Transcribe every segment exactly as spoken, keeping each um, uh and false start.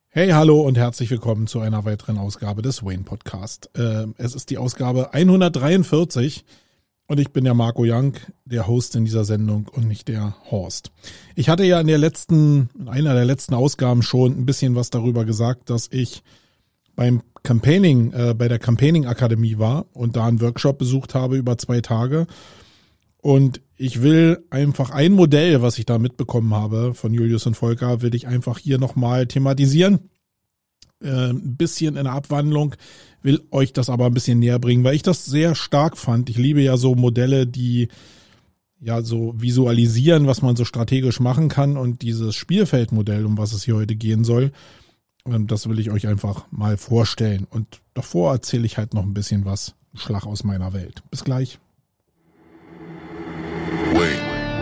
Hey, hallo und herzlich willkommen zu einer weiteren Ausgabe des Wayne Podcast. Äh, es ist die Ausgabe hundertdreiundvierzig und ich bin der Marco Young, der Host in dieser Sendung und nicht der Horst. Ich hatte ja in der letzten, in einer der letzten Ausgaben schon ein bisschen was darüber gesagt, dass ich beim Campaigning, äh, bei der Campaigning Akademie war und da einen Workshop besucht habe über zwei Tage. Und ich will einfach ein Modell, was ich da mitbekommen habe von Julius und Volker, will ich einfach hier nochmal thematisieren. Äh, ein bisschen in der Abwandlung, will euch das aber ein bisschen näher bringen, weil ich das sehr stark fand. Ich liebe ja so Modelle, die ja so visualisieren, was man so strategisch machen kann. Und dieses Spielfeldmodell, um was es hier heute gehen soll, äh, das will ich euch einfach mal vorstellen. Und davor erzähle ich halt noch ein bisschen was, Schlag aus meiner Welt. Bis gleich. Wait.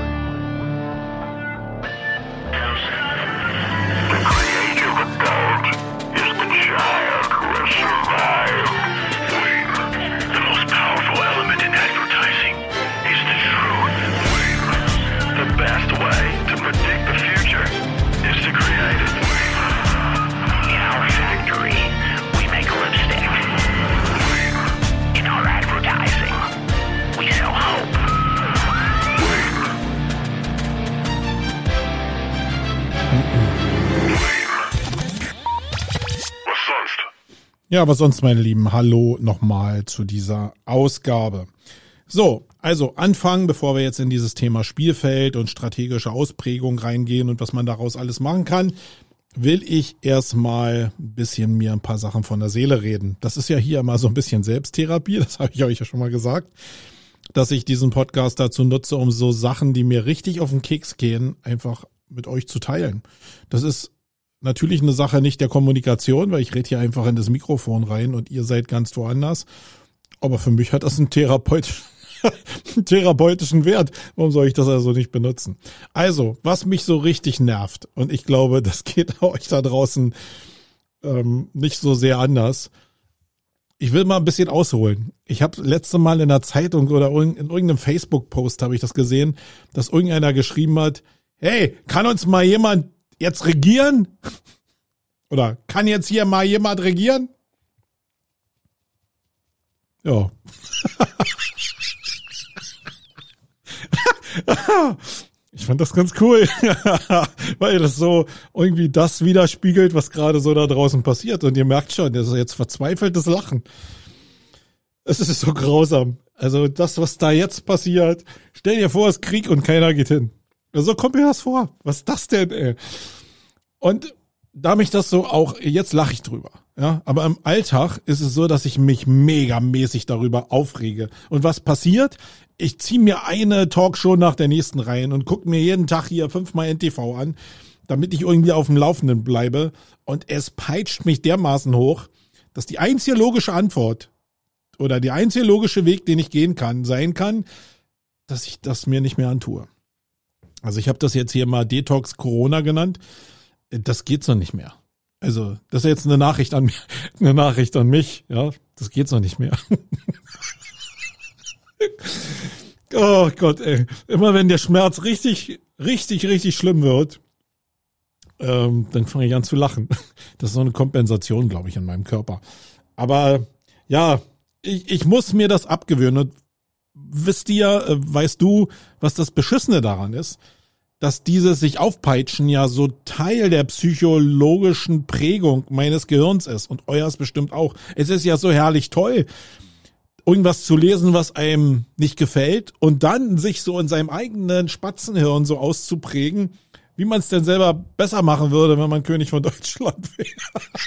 The creative adult is the child who has survived. Wait. The most powerful element in advertising is the truth. Wait. The best way to predict the future is to create it. Wait. In our factory, we make lipstick. Wait. In our advertising, we sell hope. Ja, was sonst, meine Lieben, hallo nochmal zu dieser Ausgabe. So, also anfangen, bevor wir jetzt in dieses Thema Spielfeld und strategische Ausprägung reingehen und was man daraus alles machen kann, will ich erstmal ein bisschen mir ein paar Sachen von der Seele reden. Das ist ja hier immer so ein bisschen Selbsttherapie, das habe ich euch ja schon mal gesagt, dass ich diesen Podcast dazu nutze, um so Sachen, die mir richtig auf den Keks gehen, einfach mit euch zu teilen. Das ist natürlich eine Sache nicht der Kommunikation, weil ich rede hier einfach in das Mikrofon rein und ihr seid ganz woanders. Aber für mich hat das einen, Therapeut, einen therapeutischen Wert. Warum soll ich das also nicht benutzen? Also, was mich so richtig nervt, und ich glaube, das geht euch da draußen ähm, nicht so sehr anders. Ich will mal ein bisschen ausholen. Ich habe letzte Mal in der Zeitung oder in irgendeinem Facebook-Post habe ich das gesehen, dass irgendeiner geschrieben hat, hey, kann uns mal jemand jetzt regieren? Oder kann jetzt hier mal jemand regieren? Ja. Ich fand das ganz cool, weil das so irgendwie das widerspiegelt, was gerade so da draußen passiert. Und ihr merkt schon, das ist jetzt verzweifeltes Lachen. Es ist so grausam. Also das, was da jetzt passiert, stell dir vor, es ist Krieg und keiner geht hin. So kommt mir das vor. Was ist das denn, ey? Und da mich das so auch, jetzt lache ich drüber, ja. Aber im Alltag ist es so, dass ich mich megamäßig darüber aufrege. Und was passiert? Ich ziehe mir eine Talkshow nach der nächsten rein und gucke mir jeden Tag hier fünfmal N T V an, damit ich irgendwie auf dem Laufenden bleibe. Und es peitscht mich dermaßen hoch, dass die einzige logische Antwort oder der einzige logische Weg, den ich gehen kann, sein kann, dass ich das mir nicht mehr antue. Also ich habe das jetzt hier mal Detox Corona genannt. Das geht so nicht mehr. Also das ist jetzt eine Nachricht an mich, eine Nachricht an mich. Ja, das geht so nicht mehr. Oh Gott, ey. Immer wenn der Schmerz richtig, richtig, richtig schlimm wird, ähm, dann fange ich an zu lachen. Das ist so eine Kompensation, glaube ich, in meinem Körper. Aber ja, ich, ich muss mir das abgewöhnen. Und wisst ihr, äh, weißt du, was das Beschissene daran ist? Dass dieses sich aufpeitschen ja so Teil der psychologischen Prägung meines Gehirns ist und euers bestimmt auch. Es ist ja so herrlich toll, irgendwas zu lesen, was einem nicht gefällt und dann sich so in seinem eigenen Spatzenhirn so auszuprägen, wie man es denn selber besser machen würde, wenn man König von Deutschland wäre.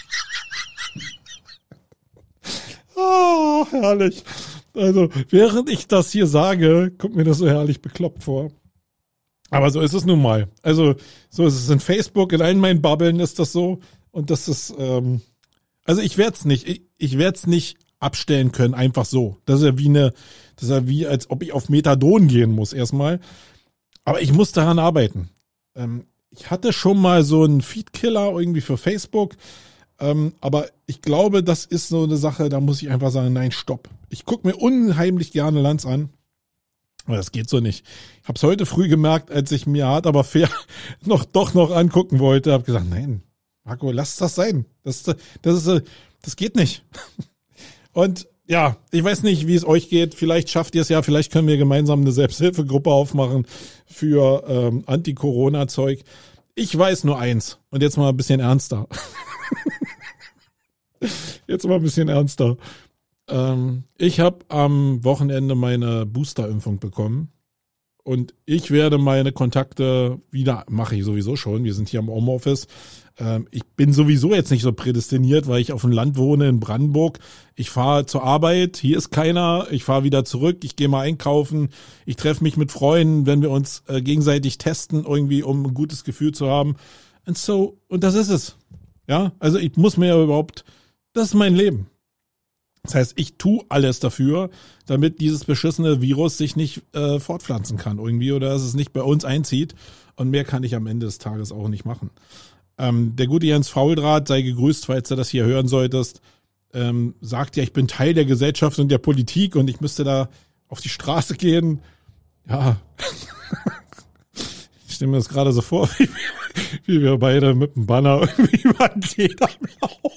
Oh, herrlich. Also, während ich das hier sage, kommt mir das so herrlich bekloppt vor. Aber so ist es nun mal. Also so ist es in Facebook, in allen meinen Bubbeln ist das so. Und das ist, ähm, also ich werde es nicht, ich, ich werde es nicht abstellen können, einfach so. Das ist ja wie eine, das ist ja wie, als ob ich auf Methadon gehen muss erstmal. Aber ich muss daran arbeiten. Ähm, ich hatte schon mal so einen Feedkiller irgendwie für Facebook. Ähm, aber ich glaube, das ist so eine Sache, da muss ich einfach sagen, nein, stopp. Ich gucke mir unheimlich gerne Lanz an. Aber das geht so nicht. Ich habe es heute früh gemerkt, als ich mir hart aber fair noch doch noch angucken wollte, habe gesagt, nein, Marco, lass das sein. Das, das, ist, das geht nicht. Und ja, ich weiß nicht, wie es euch geht. Vielleicht schafft ihr es ja, vielleicht können wir gemeinsam eine Selbsthilfegruppe aufmachen für ähm, Anti-Corona-Zeug. Ich weiß nur eins. Und jetzt mal ein bisschen ernster. Jetzt mal ein bisschen ernster. Ähm, ich habe am Wochenende meine Boosterimpfung bekommen. Und ich werde meine Kontakte wieder, mache ich sowieso schon, wir sind hier im Homeoffice. Ähm, ich bin sowieso jetzt nicht so prädestiniert, weil ich auf dem Land wohne in Brandenburg. Ich fahre zur Arbeit, hier ist keiner, ich fahre wieder zurück, ich gehe mal einkaufen, ich treffe mich mit Freunden, wenn wir uns äh, gegenseitig testen, irgendwie, um ein gutes Gefühl zu haben. Und so, und das ist es. Ja, also ich muss mir ja überhaupt, das ist mein Leben. Das heißt, ich tue alles dafür, damit dieses beschissene Virus sich nicht äh, fortpflanzen kann irgendwie oder dass es nicht bei uns einzieht. Und mehr kann ich am Ende des Tages auch nicht machen. Ähm, der gute Jens Fauldraht, sei gegrüßt, falls du das hier hören solltest, ähm, sagt ja, ich bin Teil der Gesellschaft und der Politik und ich müsste da auf die Straße gehen. Ja, ich stelle mir das gerade so vor, wie, wie wir beide mit dem Banner irgendwie über den Täter laufen.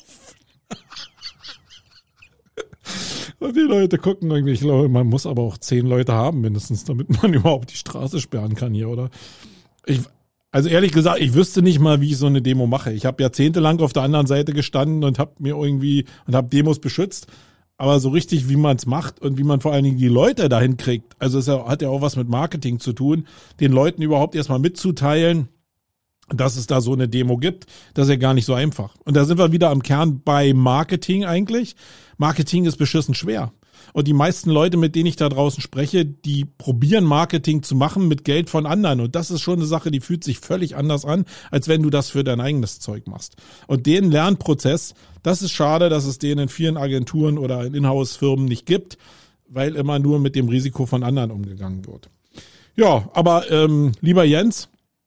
Und die Leute gucken irgendwie, ich glaube, man muss aber auch zehn Leute haben mindestens, damit man überhaupt die Straße sperren kann hier, oder? Ich, also ehrlich gesagt, ich wüsste nicht mal, wie ich so eine Demo mache. Ich habe jahrzehntelang auf der anderen Seite gestanden und habe mir irgendwie und habe Demos beschützt, aber so richtig, wie man es macht und wie man vor allen Dingen die Leute dahin kriegt, also es hat ja auch was mit Marketing zu tun, den Leuten überhaupt erstmal mitzuteilen, dass es da so eine Demo gibt, das ist ja gar nicht so einfach. Und da sind wir wieder am Kern bei Marketing eigentlich. Marketing ist beschissen schwer. Und die meisten Leute, mit denen ich da draußen spreche, die probieren Marketing zu machen mit Geld von anderen. Und das ist schon eine Sache, die fühlt sich völlig anders an, als wenn du das für dein eigenes Zeug machst. Und den Lernprozess, das ist schade, dass es den in vielen Agenturen oder in Inhouse-Firmen nicht gibt, weil immer nur mit dem Risiko von anderen umgegangen wird. Ja, aber ähm, lieber Jens,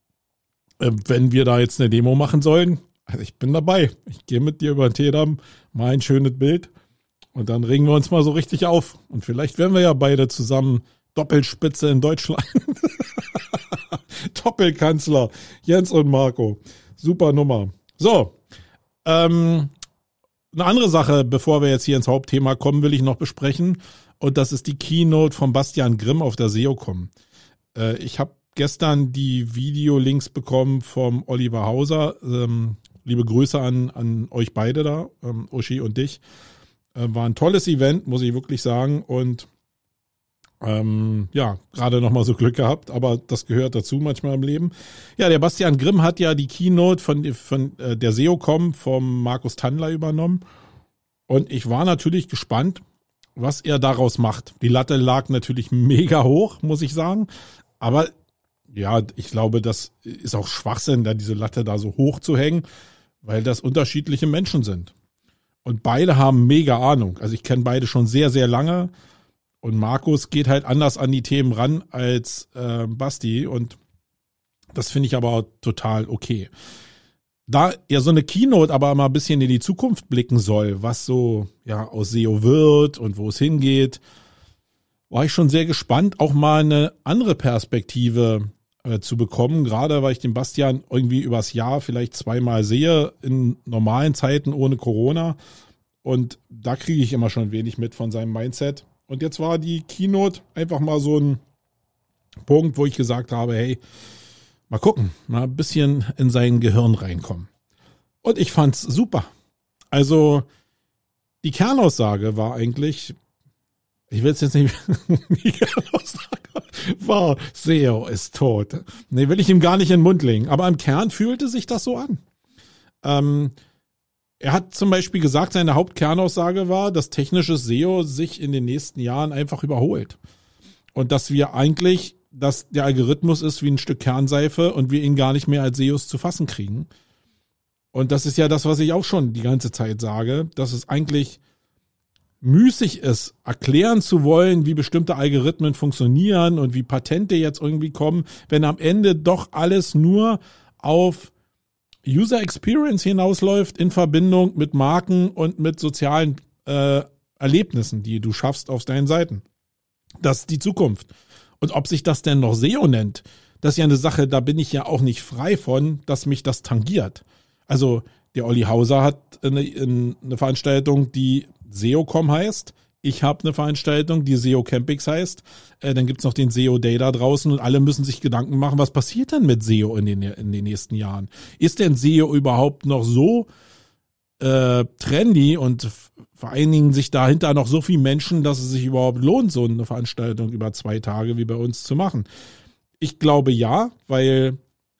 wenn wir da jetzt eine Demo machen sollen, also ich bin dabei. Ich gehe mit dir über den Teedamm, mal ein schönes Bild und dann regen wir uns mal so richtig auf. Und vielleicht werden wir ja beide zusammen Doppelspitze in Deutschland. Doppelkanzler, Jens und Marco. Super Nummer. So, ähm, eine andere Sache, bevor wir jetzt hier ins Hauptthema kommen, will ich noch besprechen. Und das ist die Keynote von Bastian Grimm auf der SEOCom. Äh, ich habe gestern die Videolinks bekommen vom Oliver Hauser. Ähm, liebe Grüße an, an euch beide da, ähm, Uschi und dich. Äh, war ein tolles Event, muss ich wirklich sagen. Und ähm, ja, gerade nochmal so Glück gehabt, aber das gehört dazu manchmal im Leben. Ja, der Bastian Grimm hat ja die Keynote von, von äh, der SEOCom vom Markus Tandler übernommen. Und ich war natürlich gespannt, was er daraus macht. Die Latte lag natürlich mega hoch, muss ich sagen. Aber ja, ich glaube, das ist auch Schwachsinn, da diese Latte da so hoch zu hängen, weil das unterschiedliche Menschen sind. Und beide haben mega Ahnung. Also ich kenne beide schon sehr, sehr lange. Und Markus geht halt anders an die Themen ran als äh, Basti. Und das finde ich aber total okay. Da ja so eine Keynote aber mal ein bisschen in die Zukunft blicken soll, was so ja aus S E O wird und wo es hingeht, war ich schon sehr gespannt, auch mal eine andere Perspektive äh, zu bekommen, gerade weil ich den Bastian irgendwie übers Jahr vielleicht zweimal sehe, in normalen Zeiten ohne Corona. Und da kriege ich immer schon wenig mit von seinem Mindset. Und jetzt war die Keynote einfach mal so ein Punkt, wo ich gesagt habe, hey, mal gucken, mal ein bisschen in sein Gehirn reinkommen. Und ich fand's super. Also die Kernaussage war eigentlich, ich will es jetzt nicht, die Kernaussage war, S E O ist tot. Nee, will ich ihm gar nicht in den Mund legen. Aber im Kern fühlte sich das so an. Ähm, er hat zum Beispiel gesagt, seine Hauptkernaussage war, dass technisches S E O sich in den nächsten Jahren einfach überholt. Und dass wir eigentlich, dass der Algorithmus ist wie ein Stück Kernseife und wir ihn gar nicht mehr als S E Os zu fassen kriegen. Und das ist ja das, was ich auch schon die ganze Zeit sage, dass es eigentlich müßig ist, erklären zu wollen, wie bestimmte Algorithmen funktionieren und wie Patente jetzt irgendwie kommen, wenn am Ende doch alles nur auf User Experience hinausläuft in Verbindung mit Marken und mit sozialen äh, Erlebnissen, die du schaffst auf deinen Seiten. Das ist die Zukunft. Und ob sich das denn noch S E O nennt, das ist ja eine Sache, da bin ich ja auch nicht frei von, dass mich das tangiert. Also Der Olli Hauser hat eine, eine Veranstaltung, die S E O Punkt com heißt. Ich habe eine Veranstaltung, die S E O Campix heißt. Äh, dann gibt's noch den S E O Day da draußen und alle müssen sich Gedanken machen, was passiert denn mit S E O in den, in den nächsten Jahren? Ist denn S E O überhaupt noch so äh, trendy und vereinigen sich dahinter noch so viele Menschen, dass es sich überhaupt lohnt, so eine Veranstaltung über zwei Tage wie bei uns zu machen? Ich glaube ja, weil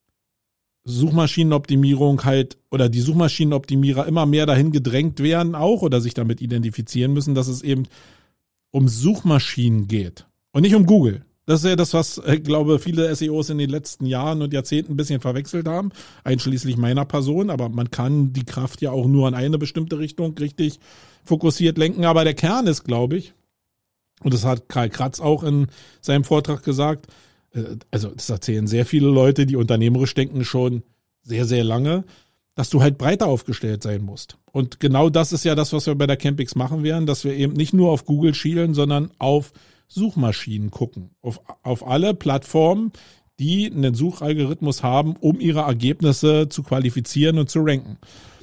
Suchmaschinenoptimierung halt oder die Suchmaschinenoptimierer immer mehr dahin gedrängt werden auch oder sich damit identifizieren müssen, dass es eben um Suchmaschinen geht und nicht um Google. Das ist ja das, was, ich glaube, viele S E Os in den letzten Jahren und Jahrzehnten ein bisschen verwechselt haben, einschließlich meiner Person. Aber man kann die Kraft ja auch nur in eine bestimmte Richtung richtig fokussiert lenken. Aber der Kern ist, glaube ich, und das hat Karl Kratz auch in seinem Vortrag gesagt, also das erzählen sehr viele Leute, die unternehmerisch denken, schon sehr, sehr lange, dass du halt breiter aufgestellt sein musst. Und genau das ist ja das, was wir bei der Campix machen werden, dass wir eben nicht nur auf Google schielen, sondern auf Suchmaschinen gucken. Auf, auf alle Plattformen, die einen Suchalgorithmus haben, um ihre Ergebnisse zu qualifizieren und zu ranken.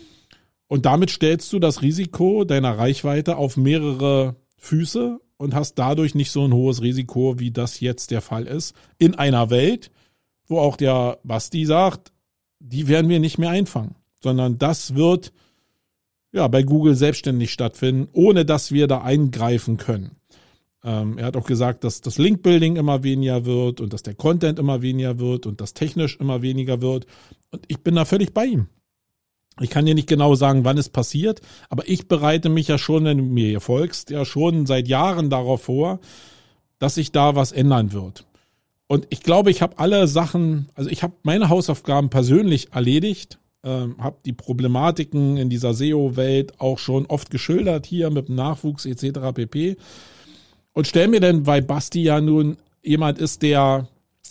Und damit stellst du das Risiko deiner Reichweite auf mehrere Füße und hast dadurch nicht so ein hohes Risiko, wie das jetzt der Fall ist. In einer Welt, wo auch der Basti sagt, die werden wir nicht mehr einfangen, sondern das wird ja bei Google selbstständig stattfinden, ohne dass wir da eingreifen können. Ähm, er hat auch gesagt, dass das Linkbuilding immer weniger wird und dass der Content immer weniger wird und dass technisch immer weniger wird. Und ich bin da völlig bei ihm. Ich kann dir nicht genau sagen, wann es passiert, aber ich bereite mich ja schon, wenn du mir hier folgst, ja schon seit Jahren darauf vor, dass sich da was ändern wird. Und ich glaube, ich habe alle Sachen, also ich habe meine Hausaufgaben persönlich erledigt, ähm, habe die Problematiken in dieser S E O-Welt auch schon oft geschildert hier mit dem Nachwuchs et cetera pp. Und stell mir denn, weil Basti ja nun jemand ist, der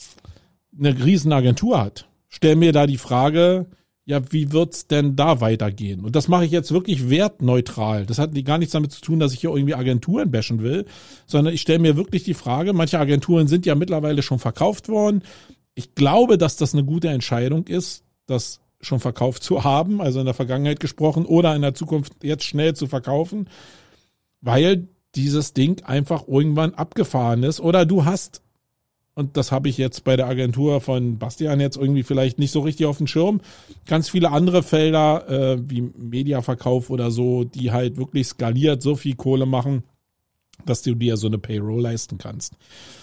eine riesen Agentur hat, stell mir da die Frage, ja, wie wird's denn da weitergehen? Und das mache ich jetzt wirklich wertneutral. Das hat gar nichts damit zu tun, dass ich hier irgendwie Agenturen bashen will, sondern ich stelle mir wirklich die Frage, manche Agenturen sind ja mittlerweile schon verkauft worden. Ich glaube, dass das eine gute Entscheidung ist, das schon verkauft zu haben, also in der Vergangenheit gesprochen, oder in der Zukunft jetzt schnell zu verkaufen, weil dieses Ding einfach irgendwann abgefahren ist. Oder du hast, und das habe ich jetzt bei der Agentur von Bastian jetzt irgendwie vielleicht nicht so richtig auf dem Schirm, ganz viele andere Felder äh, wie Mediaverkauf oder so, die halt wirklich skaliert so viel Kohle machen, dass du dir so eine Payroll leisten kannst.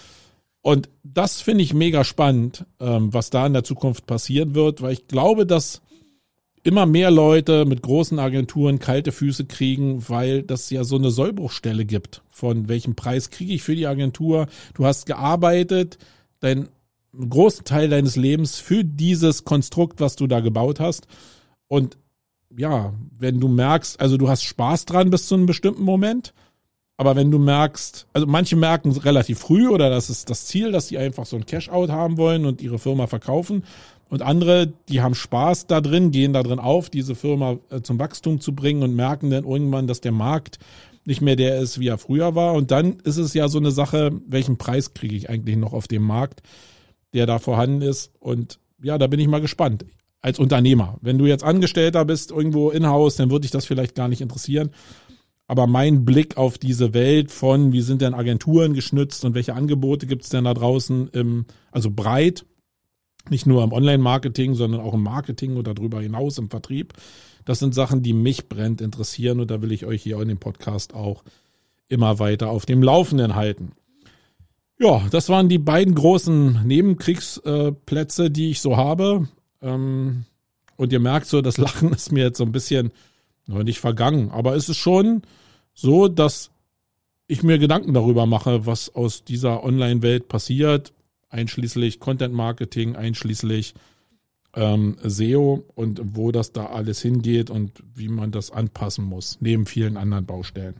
Und das finde ich mega spannend, ähm, was da in der Zukunft passieren wird, weil ich glaube, dass immer mehr Leute mit großen Agenturen kalte Füße kriegen, weil das ja so eine Sollbruchstelle gibt. Von welchem Preis kriege ich für die Agentur? Du hast gearbeitet, deinen großen Teil deines Lebens für dieses Konstrukt, was du da gebaut hast. Und ja, wenn du merkst, also du hast Spaß dran bis zu einem bestimmten Moment, aber wenn du merkst, also manche merken relativ früh oder das ist das Ziel, dass sie einfach so ein Cash-out haben wollen und ihre Firma verkaufen. Und andere, die haben Spaß da drin, gehen da drin auf, diese Firma zum Wachstum zu bringen und merken dann irgendwann, dass der Markt nicht mehr der ist, wie er früher war. Und dann ist es ja so eine Sache, welchen Preis kriege ich eigentlich noch auf dem Markt, der da vorhanden ist. Und ja, da bin ich mal gespannt. Als Unternehmer. Wenn du jetzt Angestellter bist, irgendwo in-house, dann würde dich das vielleicht gar nicht interessieren. Aber mein Blick auf diese Welt von, wie sind denn Agenturen geschnitzt und welche Angebote gibt es denn da draußen, im, also breit, nicht nur im Online-Marketing, sondern auch im Marketing oder darüber hinaus im Vertrieb. Das sind Sachen, die mich brennend interessieren und da will ich euch hier in dem Podcast auch immer weiter auf dem Laufenden halten. Ja, das waren die beiden großen Nebenkriegsplätze, die ich so habe. Und ihr merkt so, das Lachen ist mir jetzt so ein bisschen noch nicht vergangen. Aber es ist schon so, dass ich mir Gedanken darüber mache, was aus dieser Online-Welt passiert, einschließlich Content-Marketing, einschließlich ähm, S E O und wo das da alles hingeht und wie man das anpassen muss, neben vielen anderen Baustellen.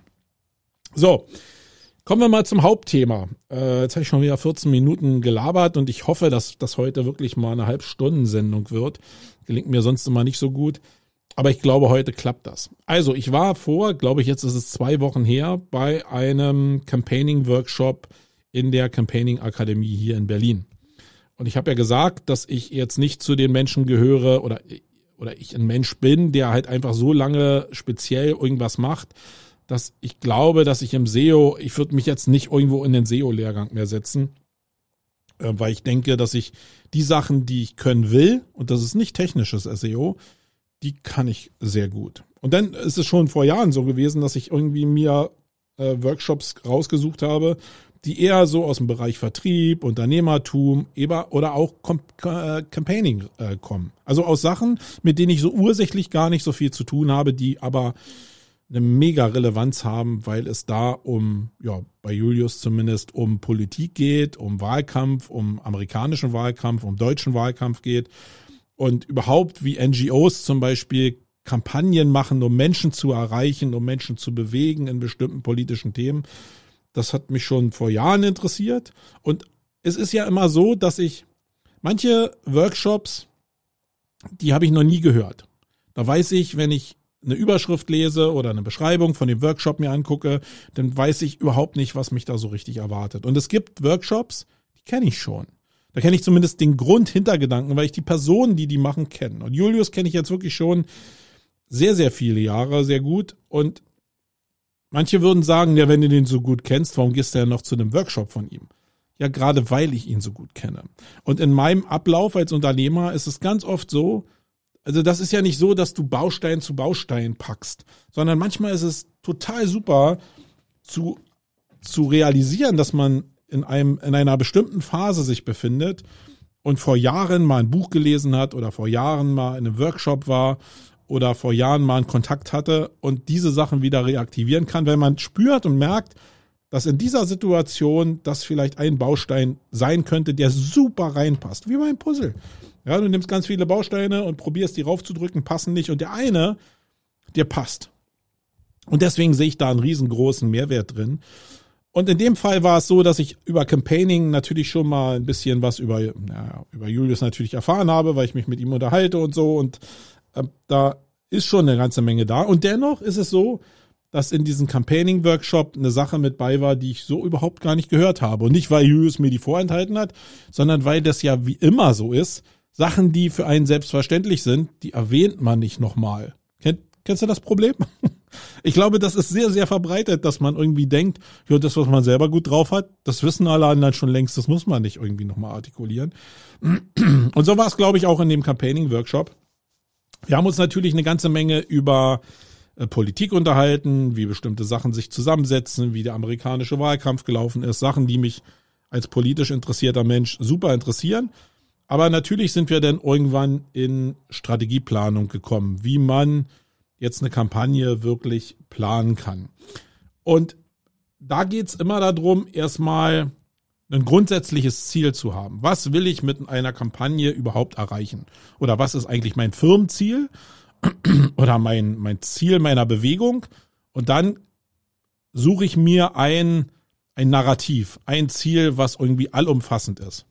So, kommen wir mal zum Hauptthema. Äh, jetzt habe ich schon wieder vierzehn Minuten gelabert und ich hoffe, dass das heute wirklich mal eine Halbstundensendung wird. Gelingt mir sonst immer nicht so gut. Aber ich glaube, heute klappt das. Also, ich war vor, glaube ich, jetzt ist es zwei Wochen her, bei einem Campaigning-Workshop in der Campaigning-Akademie hier in Berlin. Und ich habe ja gesagt, dass ich jetzt nicht zu den Menschen gehöre oder oder ich ein Mensch bin, der halt einfach so lange speziell irgendwas macht, dass ich glaube, dass ich im S E O, ich würde mich jetzt nicht irgendwo in den S E O-Lehrgang mehr setzen, äh, weil ich denke, dass ich die Sachen, die ich können will, und das ist nicht technisches S E O, die kann ich sehr gut. Und dann ist es schon vor Jahren so gewesen, dass ich irgendwie mir äh, Workshops rausgesucht habe, die eher so aus dem Bereich Vertrieb, Unternehmertum oder auch Campaigning äh, kommen. Also aus Sachen, mit denen ich so ursächlich gar nicht so viel zu tun habe, die aber eine mega Relevanz haben, weil es da um, ja, bei Julius zumindest, um Politik geht, um Wahlkampf, um amerikanischen Wahlkampf, um deutschen Wahlkampf geht und überhaupt wie N G Os zum Beispiel Kampagnen machen, um Menschen zu erreichen, um Menschen zu bewegen in bestimmten politischen Themen. Das hat mich schon vor Jahren interessiert. Und es ist ja immer so, dass ich manche Workshops, die habe ich noch nie gehört. Da weiß ich, wenn ich eine Überschrift lese oder eine Beschreibung von dem Workshop mir angucke, dann weiß ich überhaupt nicht, was mich da so richtig erwartet. Und es gibt Workshops, die kenne ich schon. Da kenne ich zumindest den Grund, Hintergedanken, weil ich die Personen, die die machen, kenne. Und Julius kenne ich jetzt wirklich schon sehr, sehr viele Jahre, sehr gut. Und manche würden sagen, ja, wenn du den so gut kennst, warum gehst du ja noch zu einem Workshop von ihm? Ja, gerade weil ich ihn so gut kenne. Und in meinem Ablauf als Unternehmer ist es ganz oft so, also das ist ja nicht so, dass du Baustein zu Baustein packst, sondern manchmal ist es total super zu, zu realisieren, dass man in einem, in einer bestimmten Phase sich befindet und vor Jahren mal ein Buch gelesen hat oder vor Jahren mal in einem Workshop war oder vor Jahren mal einen Kontakt hatte und diese Sachen wieder reaktivieren kann, wenn man spürt und merkt, dass in dieser Situation das vielleicht ein Baustein sein könnte, der super reinpasst, wie beim Puzzle. Ja, du nimmst ganz viele Bausteine und probierst die raufzudrücken, passen nicht und der eine, der passt. Und deswegen sehe ich da einen riesengroßen Mehrwert drin. Und in dem Fall war es so, dass ich über Campaigning natürlich schon mal ein bisschen was über, ja, über Julius natürlich erfahren habe, weil ich mich mit ihm unterhalte und so und äh, da ist schon eine ganze Menge da. Und dennoch ist es so, dass in diesem Campaigning-Workshop eine Sache mit bei war, die ich so überhaupt gar nicht gehört habe. Und nicht, weil Julius mir die vorenthalten hat, sondern weil das ja wie immer so ist, Sachen, die für einen selbstverständlich sind, die erwähnt man nicht nochmal. Kennt, kennst du das Problem? Ich glaube, das ist sehr, sehr verbreitet, dass man irgendwie denkt, ja, das, was man selber gut drauf hat, das wissen alle anderen schon längst, das muss man nicht irgendwie nochmal artikulieren. Und so war es, glaube ich, auch in dem Campaigning-Workshop. Wir haben uns natürlich eine ganze Menge über äh, Politik unterhalten, wie bestimmte Sachen sich zusammensetzen, wie der amerikanische Wahlkampf gelaufen ist, Sachen, die mich als politisch interessierter Mensch super interessieren. Aber natürlich sind wir dann irgendwann in Strategieplanung gekommen, wie man jetzt eine Kampagne wirklich planen kann. Und da geht's immer darum, erstmal ein grundsätzliches Ziel zu haben. Was will ich mit einer Kampagne überhaupt erreichen? Oder was ist eigentlich mein Firmenziel oder mein, mein Ziel meiner Bewegung? Und dann suche ich mir ein, ein Narrativ, ein Ziel, was irgendwie allumfassend ist.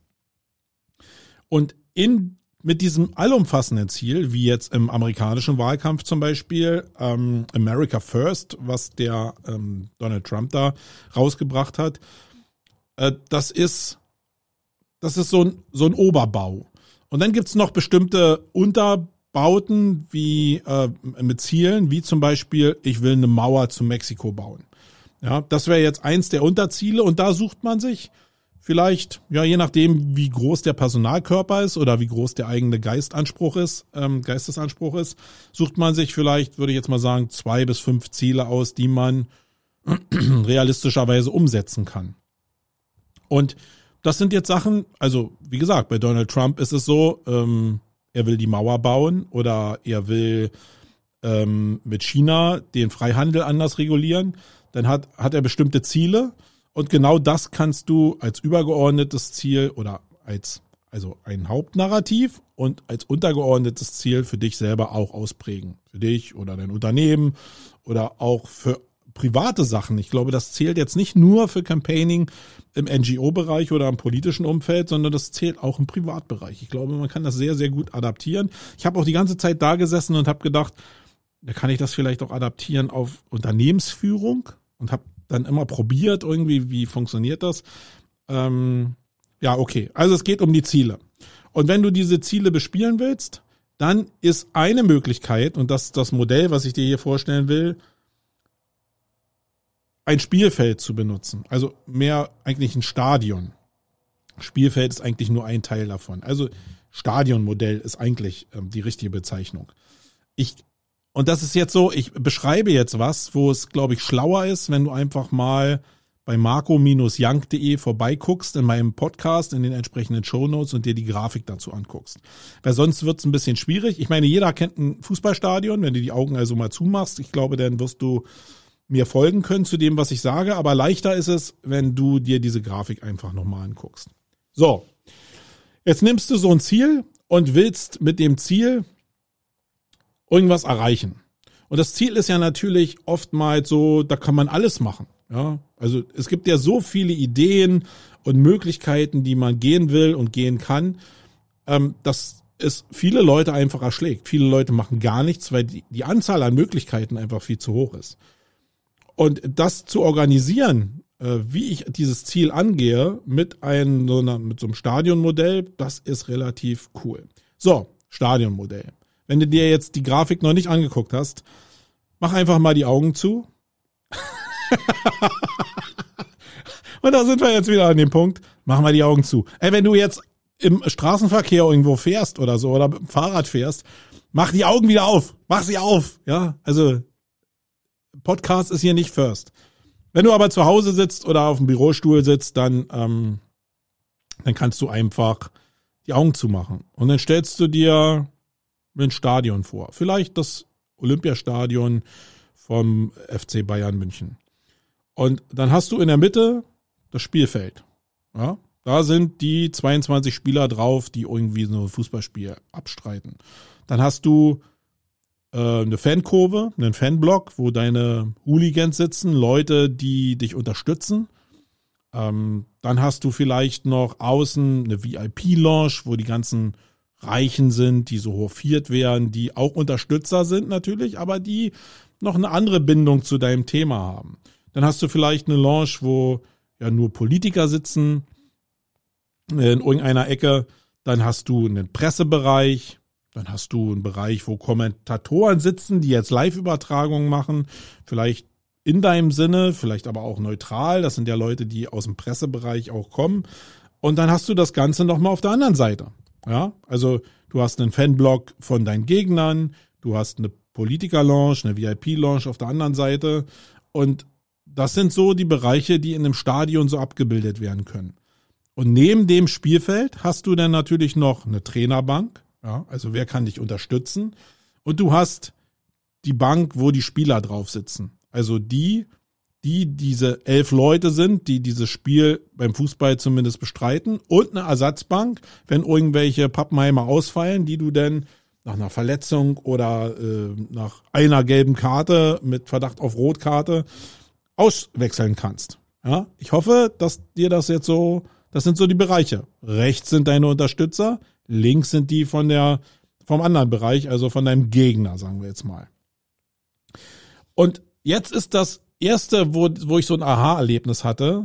Und in, mit diesem allumfassenden Ziel, wie jetzt im amerikanischen Wahlkampf zum Beispiel, ähm, America First, was der ähm, Donald Trump da rausgebracht hat, äh, das ist, das ist so ein, so ein Oberbau. Und dann gibt's noch bestimmte Unterbauten wie äh, mit Zielen, wie zum Beispiel, ich will eine Mauer zu Mexiko bauen. Ja, das wäre jetzt eins der Unterziele und da sucht man sich vielleicht, ja, je nachdem, wie groß der Personalkörper ist oder wie groß der eigene Geistanspruch ist, ähm, Geistesanspruch ist, sucht man sich vielleicht, würde ich jetzt mal sagen, zwei bis fünf Ziele aus, die man realistischerweise umsetzen kann. Und das sind jetzt Sachen, also wie gesagt, bei Donald Trump ist es so, ähm, er will die Mauer bauen oder er will ähm, mit China den Freihandel anders regulieren. Dann hat, hat er bestimmte Ziele. Und genau das kannst du als übergeordnetes Ziel oder als, also ein Hauptnarrativ und als untergeordnetes Ziel für dich selber auch ausprägen. Für dich oder dein Unternehmen oder auch für private Sachen. Ich glaube, das zählt jetzt nicht nur für Campaigning im N G O-Bereich oder im politischen Umfeld, sondern das zählt auch im Privatbereich. Ich glaube, man kann das sehr, sehr gut adaptieren. Ich habe auch die ganze Zeit da gesessen und habe gedacht, da kann ich das vielleicht auch adaptieren auf Unternehmensführung und habe dann immer probiert irgendwie, wie funktioniert das. Ähm, ja, okay. Also es geht um die Ziele. Und wenn du diese Ziele bespielen willst, dann ist eine Möglichkeit, und das ist das Modell, was ich dir hier vorstellen will, ein Spielfeld zu benutzen. Also mehr eigentlich ein Stadion. Spielfeld ist eigentlich nur ein Teil davon. Also Stadionmodell ist eigentlich ähm, die richtige Bezeichnung. Ich, und das ist jetzt so, ich beschreibe jetzt was, wo es, glaube ich, schlauer ist, wenn du einfach mal bei marco Bindestrich young punkt de vorbeiguckst in meinem Podcast, in den entsprechenden Shownotes und dir die Grafik dazu anguckst. Weil sonst wird es ein bisschen schwierig. Ich meine, jeder kennt ein Fußballstadion, wenn du die Augen also mal zumachst. Ich glaube, dann wirst du mir folgen können zu dem, was ich sage. Aber leichter ist es, wenn du dir diese Grafik einfach nochmal anguckst. So, jetzt nimmst du so ein Ziel und willst mit dem Ziel irgendwas erreichen. Und das Ziel ist ja natürlich oftmals so, da kann man alles machen. Ja, also es gibt ja so viele Ideen und Möglichkeiten, die man gehen will und gehen kann, ähm, dass es viele Leute einfach erschlägt. Viele Leute machen gar nichts, weil die, die Anzahl an Möglichkeiten einfach viel zu hoch ist. Und das zu organisieren, äh, wie ich dieses Ziel angehe, mit einem so, einer, mit so einem Stadionmodell, das ist relativ cool. So, Stadionmodell. Wenn du dir jetzt die Grafik noch nicht angeguckt hast, mach einfach mal die Augen zu. Und da sind wir jetzt wieder an dem Punkt, machen wir die Augen zu. Ey, wenn du jetzt im Straßenverkehr irgendwo fährst oder so oder mit dem Fahrrad fährst, mach die Augen wieder auf, mach sie auf. Ja, also Podcast ist hier nicht first. Wenn du aber zu Hause sitzt oder auf dem Bürostuhl sitzt, dann, ähm, dann kannst du einfach die Augen zumachen. Und dann stellst du dir ein Stadion vor. Vielleicht das Olympiastadion vom F C Bayern München. Und dann hast du in der Mitte das Spielfeld. Ja, da sind die zweiundzwanzig Spieler drauf, die irgendwie so ein Fußballspiel abstreiten. Dann hast du äh, eine Fankurve, einen Fanblock, wo deine Hooligans sitzen, Leute, die dich unterstützen. Ähm, dann hast du vielleicht noch außen eine V I P-Lounge, wo die ganzen Reichen sind, die so hofiert werden, die auch Unterstützer sind natürlich, aber die noch eine andere Bindung zu deinem Thema haben. Dann hast du vielleicht eine Lounge, wo ja nur Politiker sitzen in irgendeiner Ecke. Dann hast du einen Pressebereich. Dann hast du einen Bereich, wo Kommentatoren sitzen, die jetzt Live-Übertragungen machen. Vielleicht in deinem Sinne, vielleicht aber auch neutral. Das sind ja Leute, die aus dem Pressebereich auch kommen. Und dann hast du das Ganze nochmal auf der anderen Seite. Ja, also du hast einen Fanblock von deinen Gegnern. Du hast eine Politiker-Lounge, eine V I P-Lounge auf der anderen Seite. Und das sind so die Bereiche, die in einem Stadion so abgebildet werden können. Und neben dem Spielfeld hast du dann natürlich noch eine Trainerbank. Ja, also wer kann dich unterstützen? Und du hast die Bank, wo die Spieler drauf sitzen. Also die, die diese elf Leute sind, die dieses Spiel beim Fußball zumindest bestreiten. Und eine Ersatzbank, wenn irgendwelche Pappenheimer ausfallen, die du dann nach einer Verletzung oder äh, nach einer gelben Karte mit Verdacht auf Rotkarte auswechseln kannst. Ja, ich hoffe, dass dir das jetzt so, das sind so die Bereiche. Rechts sind deine Unterstützer, links sind die von der, vom anderen Bereich, also von deinem Gegner, sagen wir jetzt mal. Und jetzt ist das erste, wo, wo ich so ein Aha-Erlebnis hatte,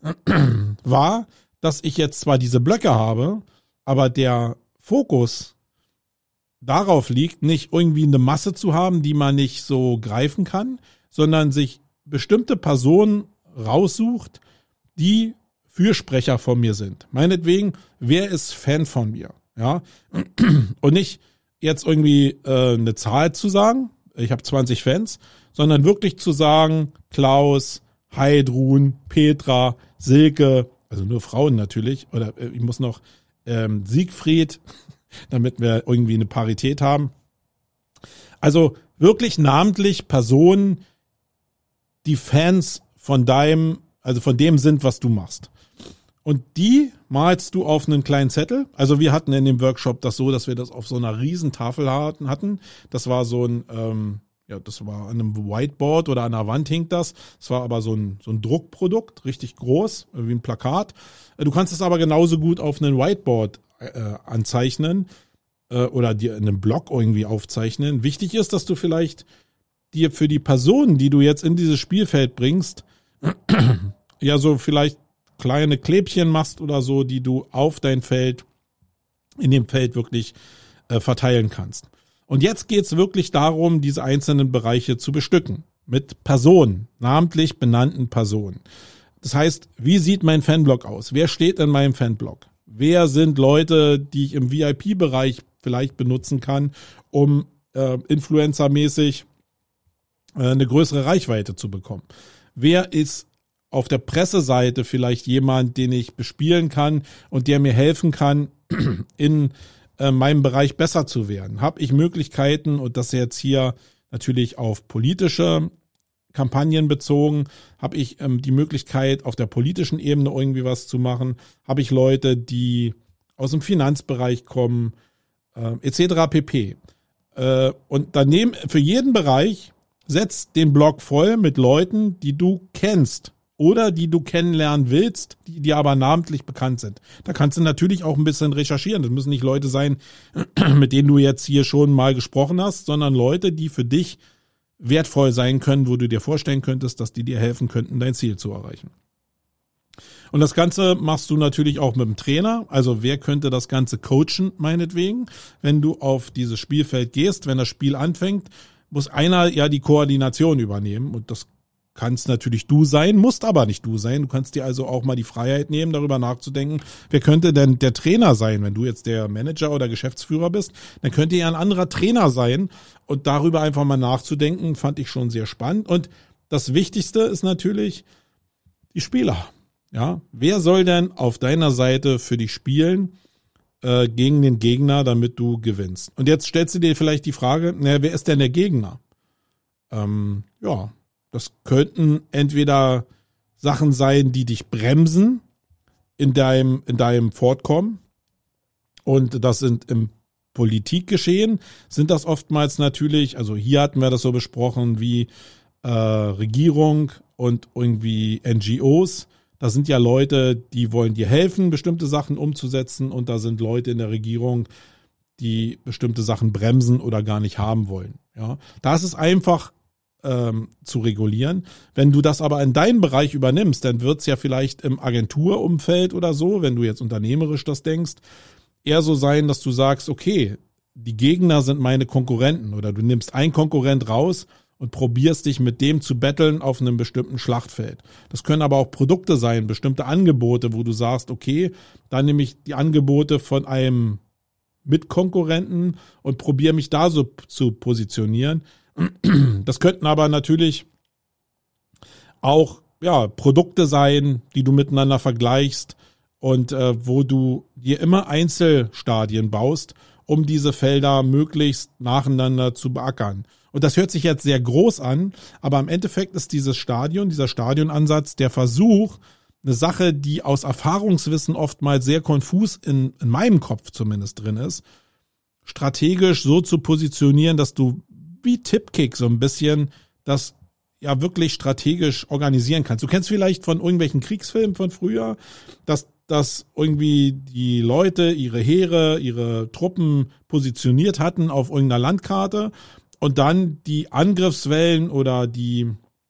war, dass ich jetzt zwar diese Blöcke habe, aber der Fokus darauf liegt, nicht irgendwie eine Masse zu haben, die man nicht so greifen kann, sondern sich bestimmte Personen raussucht, die Fürsprecher von mir sind. Meinetwegen, wer ist Fan von mir? Ja, und nicht jetzt irgendwie äh, eine Zahl zu sagen, ich habe zwanzig Fans, sondern wirklich zu sagen, Klaus, Heidrun, Petra, Silke, also nur Frauen natürlich, oder äh, ich muss noch ähm, Siegfried, damit wir irgendwie eine Parität haben. Also wirklich namentlich Personen, die Fans von deinem, also von dem sind, was du machst. Und die malst du auf einen kleinen Zettel. Also wir hatten in dem Workshop das so, dass wir das auf so einer riesen Tafel hatten. Das war so ein, ähm, ja, das war an einem Whiteboard oder an der Wand hing das. Das war aber so ein, so ein Druckprodukt, richtig groß, wie ein Plakat. Du kannst es aber genauso gut auf einem Whiteboard äh, anzeichnen äh, oder dir in einem Blog irgendwie aufzeichnen. Wichtig ist, dass du vielleicht dir für die Personen, die du jetzt in dieses Spielfeld bringst, ja so vielleicht kleine Klebchen machst oder so, die du auf dein Feld, in dem Feld wirklich äh, verteilen kannst. Und jetzt geht's wirklich darum, diese einzelnen Bereiche zu bestücken. Mit Personen, namentlich benannten Personen. Das heißt, wie sieht mein Fanblock aus? Wer steht in meinem Fanblock? Wer sind Leute, die ich im V I P-Bereich vielleicht benutzen kann, um äh, influencermäßig äh, eine größere Reichweite zu bekommen? Wer ist auf der Presseseite vielleicht jemand, den ich bespielen kann und der mir helfen kann, in äh, meinem Bereich besser zu werden? Habe ich Möglichkeiten, und das jetzt hier natürlich auf politische Kampagnen bezogen, habe ich ähm, die Möglichkeit, auf der politischen Ebene irgendwie was zu machen? Habe ich Leute, die aus dem Finanzbereich kommen, äh, et cetera pp. Äh, und daneben für jeden Bereich setzt den Blog voll mit Leuten, die du kennst oder die du kennenlernen willst, die dir aber namentlich bekannt sind. Da kannst du natürlich auch ein bisschen recherchieren. Das müssen nicht Leute sein, mit denen du jetzt hier schon mal gesprochen hast, sondern Leute, die für dich wertvoll sein können, wo du dir vorstellen könntest, dass die dir helfen könnten, dein Ziel zu erreichen. Und das Ganze machst du natürlich auch mit dem Trainer. Also wer könnte das Ganze coachen, meinetwegen? Wenn du auf dieses Spielfeld gehst, wenn das Spiel anfängt, muss einer ja die Koordination übernehmen. Und das kannst natürlich du sein, musst aber nicht du sein. Du kannst dir also auch mal die Freiheit nehmen, darüber nachzudenken, wer könnte denn der Trainer sein? Wenn du jetzt der Manager oder Geschäftsführer bist, dann könnte ja ein anderer Trainer sein. Und darüber einfach mal nachzudenken, fand ich schon sehr spannend. Und das Wichtigste ist natürlich die Spieler. Ja, wer soll denn auf deiner Seite für dich spielen äh, gegen den Gegner, damit du gewinnst? Und jetzt stellst du dir vielleicht die Frage, naja, wer ist denn der Gegner? Ähm, ja, das könnten entweder Sachen sein, die dich bremsen in deinem, in deinem Fortkommen. Und das sind im Politikgeschehen, sind das oftmals natürlich, also hier hatten wir das so besprochen, wie äh, Regierung und irgendwie N G Os. Da sind ja Leute, die wollen dir helfen, bestimmte Sachen umzusetzen. Und da sind Leute in der Regierung, die bestimmte Sachen bremsen oder gar nicht haben wollen. Ja, da ist es einfach ähm, zu regulieren. Wenn du das aber in deinen Bereich übernimmst, dann wird es ja vielleicht im Agenturumfeld oder so, wenn du jetzt unternehmerisch das denkst, eher so sein, dass du sagst, okay, die Gegner sind meine Konkurrenten, oder du nimmst einen Konkurrent raus und probierst dich mit dem zu betteln auf einem bestimmten Schlachtfeld. Das können aber auch Produkte sein, bestimmte Angebote, wo du sagst, okay, dann nehme ich die Angebote von einem Mitkonkurrenten und probiere mich da so zu positionieren. Das könnten aber natürlich auch ja Produkte sein, die du miteinander vergleichst und äh, wo du dir immer Einzelstadien baust, um diese Felder möglichst nacheinander zu beackern. Und das hört sich jetzt sehr groß an, aber im Endeffekt ist dieses Stadion, dieser Stadionansatz der Versuch, eine Sache, die aus Erfahrungswissen oftmals sehr konfus in, in meinem Kopf zumindest drin ist, strategisch so zu positionieren, dass du wie Tipkick so ein bisschen das ja wirklich strategisch organisieren kannst. Du kennst vielleicht von irgendwelchen Kriegsfilmen von früher, dass dass irgendwie die Leute ihre Heere, ihre Truppen positioniert hatten auf irgendeiner Landkarte und dann die Angriffswellen oder die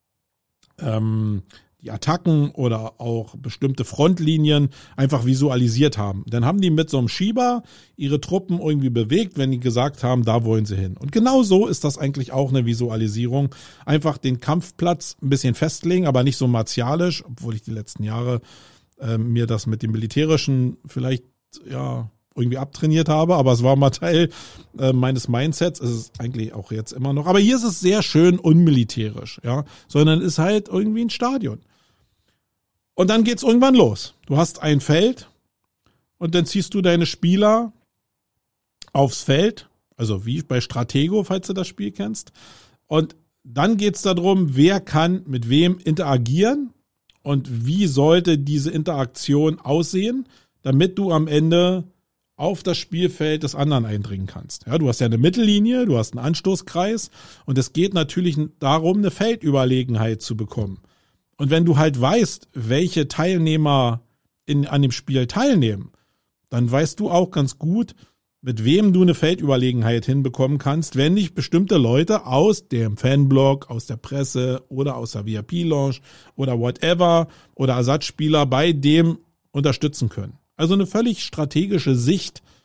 ähm, die Attacken oder auch bestimmte Frontlinien einfach visualisiert haben. Dann haben die mit so einem Schieber ihre Truppen irgendwie bewegt, wenn die gesagt haben, da wollen sie hin. Und genau so ist das eigentlich auch eine Visualisierung. Einfach den Kampfplatz ein bisschen festlegen, aber nicht so martialisch, obwohl ich die letzten Jahre äh, mir das mit dem Militärischen vielleicht ja irgendwie abtrainiert habe, aber es war mal Teil äh, meines Mindsets, es ist eigentlich auch jetzt immer noch. Aber hier ist es sehr schön unmilitärisch, ja, sondern es ist halt irgendwie ein Stadion. Und dann geht's irgendwann los. Du hast ein Feld und dann ziehst du deine Spieler aufs Feld, also wie bei Stratego, falls du das Spiel kennst. Und dann geht's darum, wer kann mit wem interagieren und wie sollte diese Interaktion aussehen, damit du am Ende auf das Spielfeld des anderen eindringen kannst. Ja, du hast ja eine Mittellinie, du hast einen Anstoßkreis und es geht natürlich darum, eine Feldüberlegenheit zu bekommen. Und wenn du halt weißt, welche Teilnehmer in, an dem Spiel teilnehmen, dann weißt du auch ganz gut, mit wem du eine Feldüberlegenheit hinbekommen kannst, wenn dich bestimmte Leute aus dem Fanblog, aus der Presse oder aus der V I P-Lounge oder whatever oder Ersatzspieler bei dem unterstützen können. Also eine völlig strategische Sicht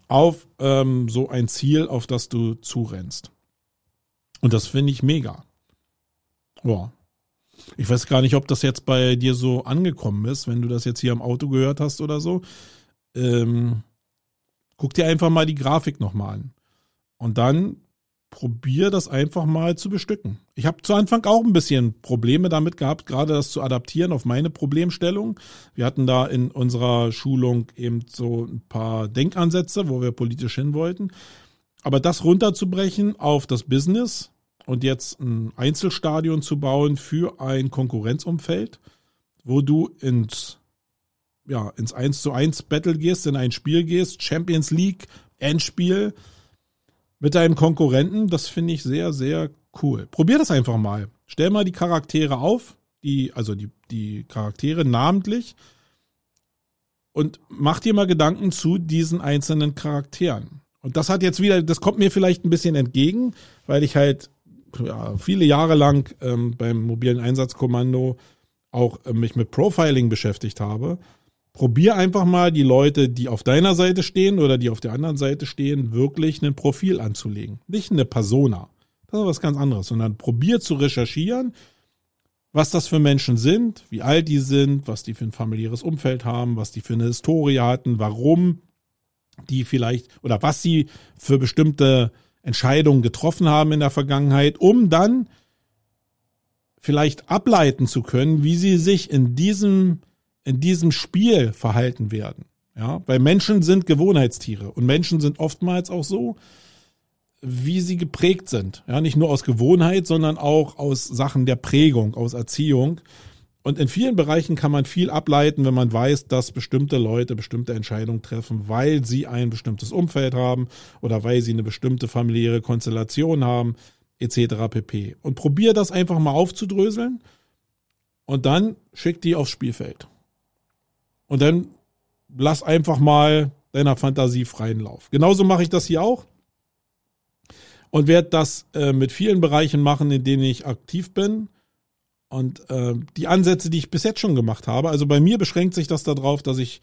auf ähm, so ein Ziel, auf das du zurennst. Und das finde ich mega. Ja. Ich weiß gar nicht, ob das jetzt bei dir so angekommen ist, wenn du das jetzt hier im Auto gehört hast oder so. Ähm, guck dir einfach mal die Grafik nochmal an. Und dann probier das einfach mal zu bestücken. Ich habe zu Anfang auch ein bisschen Probleme damit gehabt, gerade das zu adaptieren auf meine Problemstellung. Wir hatten da in unserer Schulung eben so ein paar Denkansätze, wo wir politisch hin wollten. Aber das runterzubrechen auf das Business und jetzt ein Einzelstadion zu bauen für ein Konkurrenzumfeld, wo du ins, ja, ins eins zu eins Battle gehst, in ein Spiel gehst, Champions League, Endspiel, mit deinem Konkurrenten, das finde ich sehr, sehr cool. Probier das einfach mal. Stell mal die Charaktere auf, die, also die, die Charaktere namentlich und mach dir mal Gedanken zu diesen einzelnen Charakteren. Und das hat jetzt wieder, das kommt mir vielleicht ein bisschen entgegen, weil ich halt ja, viele Jahre lang ähm, beim mobilen Einsatzkommando auch äh, mich mit Profiling beschäftigt habe. Probier einfach mal die Leute, die auf deiner Seite stehen oder die auf der anderen Seite stehen, wirklich ein Profil anzulegen. Nicht eine Persona. Das ist was ganz anderes, sondern probier zu recherchieren, was das für Menschen sind, wie alt die sind, was die für ein familiäres Umfeld haben, was die für eine Historie hatten, warum die vielleicht oder was sie für bestimmte Entscheidungen getroffen haben in der Vergangenheit, um dann vielleicht ableiten zu können, wie sie sich in diesem in diesem Spiel verhalten werden. Ja, weil Menschen sind Gewohnheitstiere und Menschen sind oftmals auch so, wie sie geprägt sind. Ja, nicht nur aus Gewohnheit, sondern auch aus Sachen der Prägung, aus Erziehung. Und in vielen Bereichen kann man viel ableiten, wenn man weiß, dass bestimmte Leute bestimmte Entscheidungen treffen, weil sie ein bestimmtes Umfeld haben oder weil sie eine bestimmte familiäre Konstellation haben, et cetera pp. Und probier das einfach mal aufzudröseln und dann schick die aufs Spielfeld. Und dann lass einfach mal deiner Fantasie freien Lauf. Genauso mache ich das hier auch und werde das äh, mit vielen Bereichen machen, in denen ich aktiv bin. Und äh, die Ansätze, die ich bis jetzt schon gemacht habe, also bei mir beschränkt sich das darauf, dass ich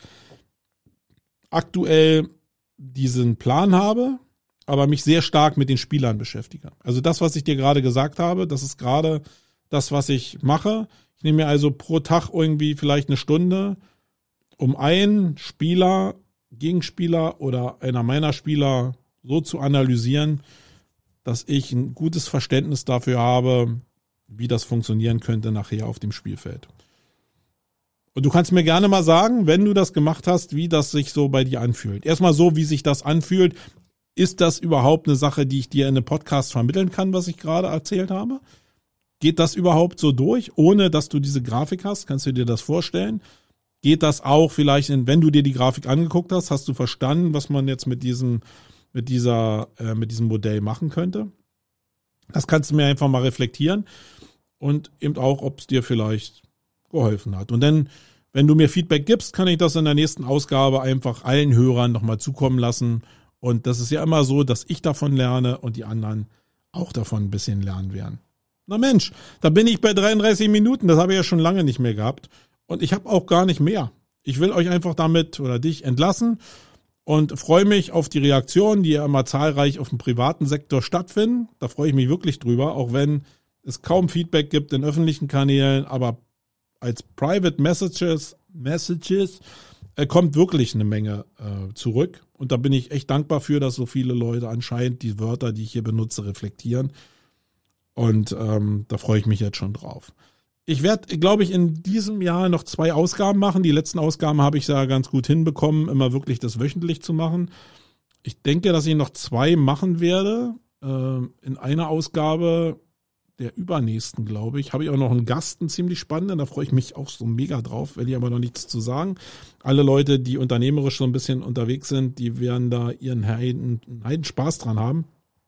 aktuell diesen Plan habe, aber mich sehr stark mit den Spielern beschäftige. Also das, was ich dir gerade gesagt habe, das ist gerade das, was ich mache. Ich nehme mir also pro Tag irgendwie vielleicht eine Stunde, um einen Spieler, Gegenspieler oder einer meiner Spieler so zu analysieren, dass ich ein gutes Verständnis dafür habe, wie das funktionieren könnte nachher auf dem Spielfeld. Und du kannst mir gerne mal sagen, wenn du das gemacht hast, wie das sich so bei dir anfühlt. Erstmal so, wie sich das anfühlt. Ist das überhaupt eine Sache, die ich dir in einem Podcast vermitteln kann, was ich gerade erzählt habe? Geht das überhaupt so durch, ohne dass du diese Grafik hast? Kannst du dir das vorstellen? Geht das auch vielleicht, in, wenn du dir die Grafik angeguckt hast, hast du verstanden, was man jetzt mit diesem, mit dieser, äh, mit diesem Modell machen könnte? Das kannst du mir einfach mal reflektieren und eben auch, ob es dir vielleicht geholfen hat. Und dann, wenn du mir Feedback gibst, kann ich das in der nächsten Ausgabe einfach allen Hörern nochmal zukommen lassen. Und das ist ja immer so, dass ich davon lerne und die anderen auch davon ein bisschen lernen werden. Na Mensch, da bin ich bei dreiunddreißig Minuten, das habe ich ja schon lange nicht mehr gehabt. Und ich habe auch gar nicht mehr. Ich will euch einfach damit oder dich entlassen und freue mich auf die Reaktionen, die ja immer zahlreich auf dem privaten Sektor stattfinden. Da freue ich mich wirklich drüber, auch wenn es kaum Feedback gibt in öffentlichen Kanälen, aber als Private Messages, Messages äh, kommt wirklich eine Menge äh, zurück. Und da bin ich echt dankbar für, dass so viele Leute anscheinend die Wörter, die ich hier benutze, reflektieren. Und ähm, da freue ich mich jetzt schon drauf. Ich werde, glaube ich, in diesem Jahr noch zwei Ausgaben machen. Die letzten Ausgaben habe ich ja ganz gut hinbekommen, immer wirklich das wöchentlich zu machen. Ich denke, dass ich noch zwei machen werde. Äh, in einer Ausgabe der übernächsten, glaube ich, habe ich auch noch einen Gast, einen ziemlich spannenden. Da freue ich mich auch so mega drauf, will ich aber noch nichts zu sagen. Alle Leute, die unternehmerisch so ein bisschen unterwegs sind, die werden da ihren Heiden, Heiden Spaß dran haben.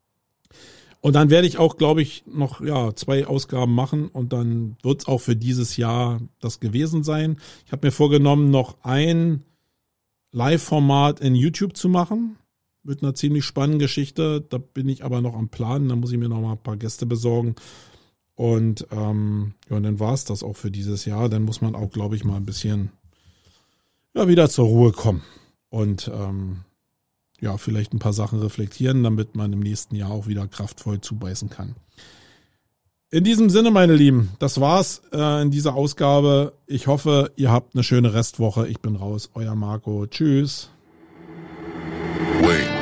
Und dann werde ich auch, glaube ich, noch ja zwei Ausgaben machen und dann wird es auch für dieses Jahr das gewesen sein. Ich habe mir vorgenommen, noch ein Live-Format in YouTube zu machen mit einer ziemlich spannenden Geschichte. Da bin ich aber noch am Planen, da muss ich mir noch mal ein paar Gäste besorgen. Und ähm, ja, und dann war es das auch für dieses Jahr. Dann muss man auch, glaube ich, mal ein bisschen ja wieder zur Ruhe kommen. Und ähm, ja, vielleicht ein paar Sachen reflektieren, damit man im nächsten Jahr auch wieder kraftvoll zubeißen kann. In diesem Sinne, meine Lieben, das war's äh, in dieser Ausgabe. Ich hoffe, ihr habt eine schöne Restwoche. Ich bin raus, euer Marco. Tschüss. Wait.